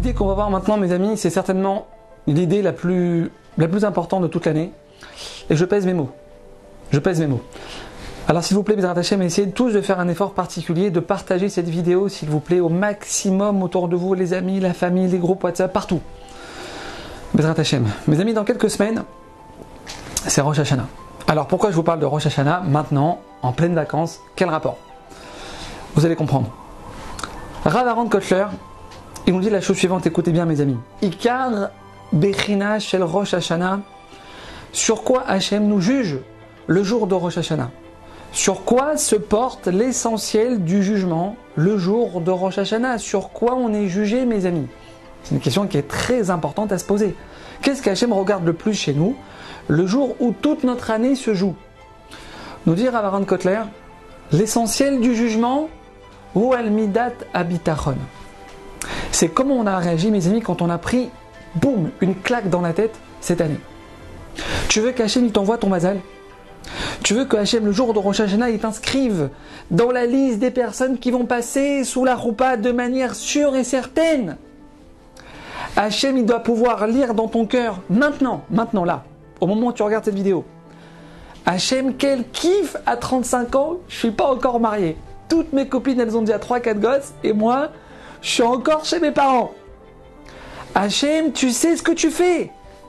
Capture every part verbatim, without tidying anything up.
L'idée qu'on va voir maintenant, mes amis, c'est certainement l'idée la plus, la plus importante de toute l'année. Et je pèse mes mots. Je pèse mes mots. Alors s'il vous plaît, Bezrat Hashem, essayez tous de faire un effort particulier, de partager cette vidéo, s'il vous plaît, au maximum autour de vous, les amis, la famille, les groupes WhatsApp, partout. Bezrat Hashem. Mes amis, dans quelques semaines, c'est Rosh Hashanah. Alors pourquoi je vous parle de Rosh Hashanah maintenant, en pleine vacances? Quel rapport? Vous allez comprendre. Rav Aaron Kotler, il nous dit la chose suivante, écoutez bien mes amis. Ikar Bechina Shel Rosh Hashanah. Sur quoi Hachem nous juge le jour de Rosh Hashanah? Sur quoi se porte l'essentiel du jugement le jour de Rosh Hashanah? Sur quoi on est jugé, mes amis? C'est une question qui est très importante à se poser. Qu'est-ce qu'Hachem regarde le plus chez nous le jour où toute notre année se joue? Nous dit Rav Aaron Kotler, l'essentiel du jugement, ou al-midat habitachon. C'est comment on a réagi, mes amis, quand on a pris, boum, une claque dans la tête cette année. Tu veux qu'Hachem il t'envoie ton mazal? Tu veux que Hachem, le jour de Rosh Hashanah, il t'inscrive dans la liste des personnes qui vont passer sous la roupa de manière sûre et certaine? Hachem, il doit pouvoir lire dans ton cœur, maintenant, maintenant là, au moment où tu regardes cette vidéo. Hachem, quel kiff à trente-cinq ans, je suis pas encore marié. Toutes mes copines, elles ont déjà trois quatre gosses, et moi, je suis encore chez mes parents. Hachem, tu sais ce que tu fais.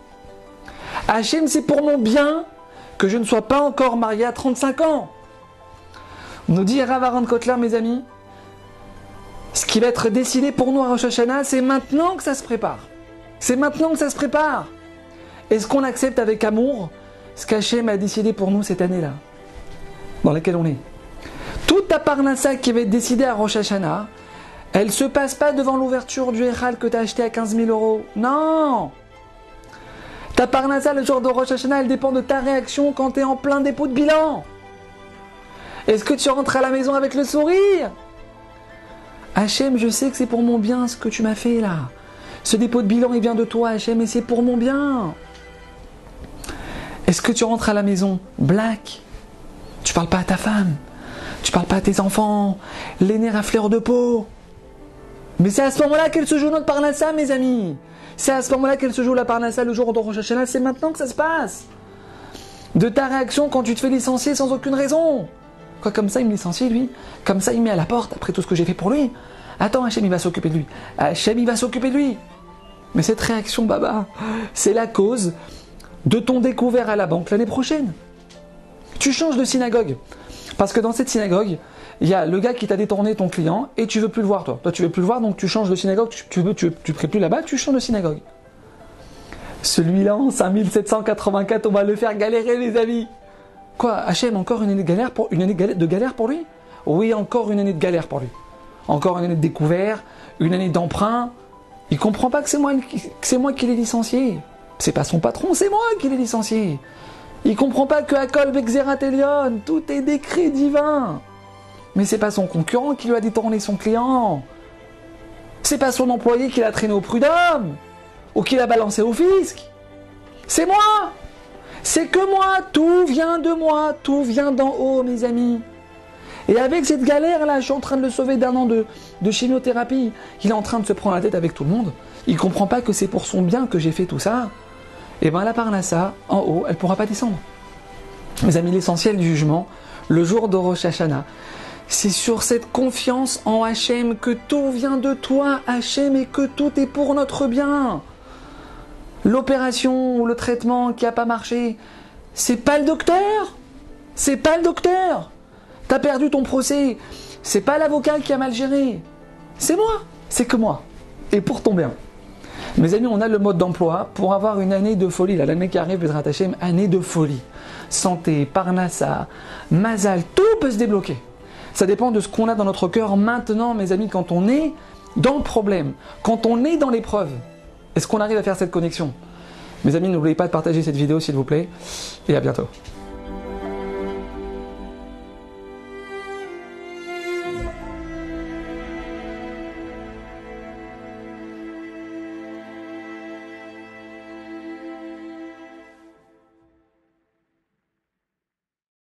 Hachem, c'est pour mon bien que je ne sois pas encore marié à trente-cinq ans. Nous dit Rav Aaron Kotler, mes amis, ce qui va être décidé pour nous à Rosh Hashanah, c'est maintenant que ça se prépare. C'est maintenant que ça se prépare. Est-ce qu'on accepte avec amour ce qu'Hachem a décidé pour nous cette année-là, dans laquelle on est? Toute ta parnassa qui va être décidée à Rosh Hashanah, elle ne se passe pas devant l'ouverture du Echal que tu as acheté à quinze mille euros. Non! Ta parnassa, le jour de Rosh Hashanah, elle dépend de ta réaction quand tu es en plein dépôt de bilan. Est-ce que tu rentres à la maison avec le sourire? Hachem, je sais que c'est pour mon bien ce que tu m'as fait là. Ce dépôt de bilan, il vient de toi, Hachem, et c'est pour mon bien. Est-ce que tu rentres à la maison black? Tu parles pas à ta femme, tu parles pas à tes enfants, les nerfs à fleur de peau. Mais c'est à ce moment-là qu'elle se joue notre parnassa, mes amis. C'est à ce moment-là qu'elle se joue la parnassa le jour de Rosh Hashanah. C'est maintenant que ça se passe. De ta réaction quand tu te fais licencier sans aucune raison. Quoi, comme ça il me licencie lui? Comme ça il me met à la porte après tout ce que j'ai fait pour lui? Attends, Hachem il va s'occuper de lui. Hachem il va s'occuper de lui. Mais cette réaction, Baba, c'est la cause de ton découvert à la banque l'année prochaine. Tu changes de synagogue. Parce que dans cette synagogue, il y a le gars qui t'a détourné ton client et tu veux plus le voir toi. Toi tu veux plus le voir donc tu changes de synagogue, tu tu veux tu, tu ferais plus là-bas, tu changes de synagogue. Celui-là en cinq mille sept cent quatre-vingt-quatre, on va le faire galérer les amis. Quoi, Hachem, encore une année de galère pour une année de galère pour lui? Oui, encore une année de galère pour lui. Encore une année de découvert, une année d'emprunt. Il comprend pas que c'est moi que c'est moi qui l'ai licencié. C'est pas son patron, c'est moi qui l'ai licencié. Il comprend pas que Akol Bexerat Elion, tout est décret divin. Mais c'est pas son concurrent qui lui a détourné son client. C'est pas son employé qui l'a traîné au prud'homme ou qui l'a balancé au fisc. C'est moi. C'est que moi. Tout vient de moi. Tout vient d'en haut, mes amis. Et avec cette galère-là, je suis en train de le sauver d'un an de, de chimiothérapie. Il est en train de se prendre la tête avec tout le monde. Il comprend pas que c'est pour son bien que j'ai fait tout ça. Et bien la parnassa, en haut, elle pourra pas descendre. Mes amis, l'essentiel du jugement, le jour de Rosh Hashanah, c'est sur cette confiance en Hachem que tout vient de toi, Hachem, et que tout est pour notre bien. L'opération ou le traitement qui n'a pas marché, c'est pas le docteur. C'est pas le docteur. T'as perdu ton procès. C'est pas l'avocat qui a mal géré. C'est moi. C'est que moi. Et pour ton bien. Mes amis, on a le mode d'emploi pour avoir une année de folie. Là, l'année qui arrive, Bezrat Hashem, année de folie. Santé, parnassa, mazal, tout peut se débloquer. Ça dépend de ce qu'on a dans notre cœur maintenant, mes amis, quand on est dans le problème, quand on est dans l'épreuve. Est-ce qu'on arrive à faire cette connexion? Mes amis, n'oubliez pas de partager cette vidéo, s'il vous plaît, et à bientôt.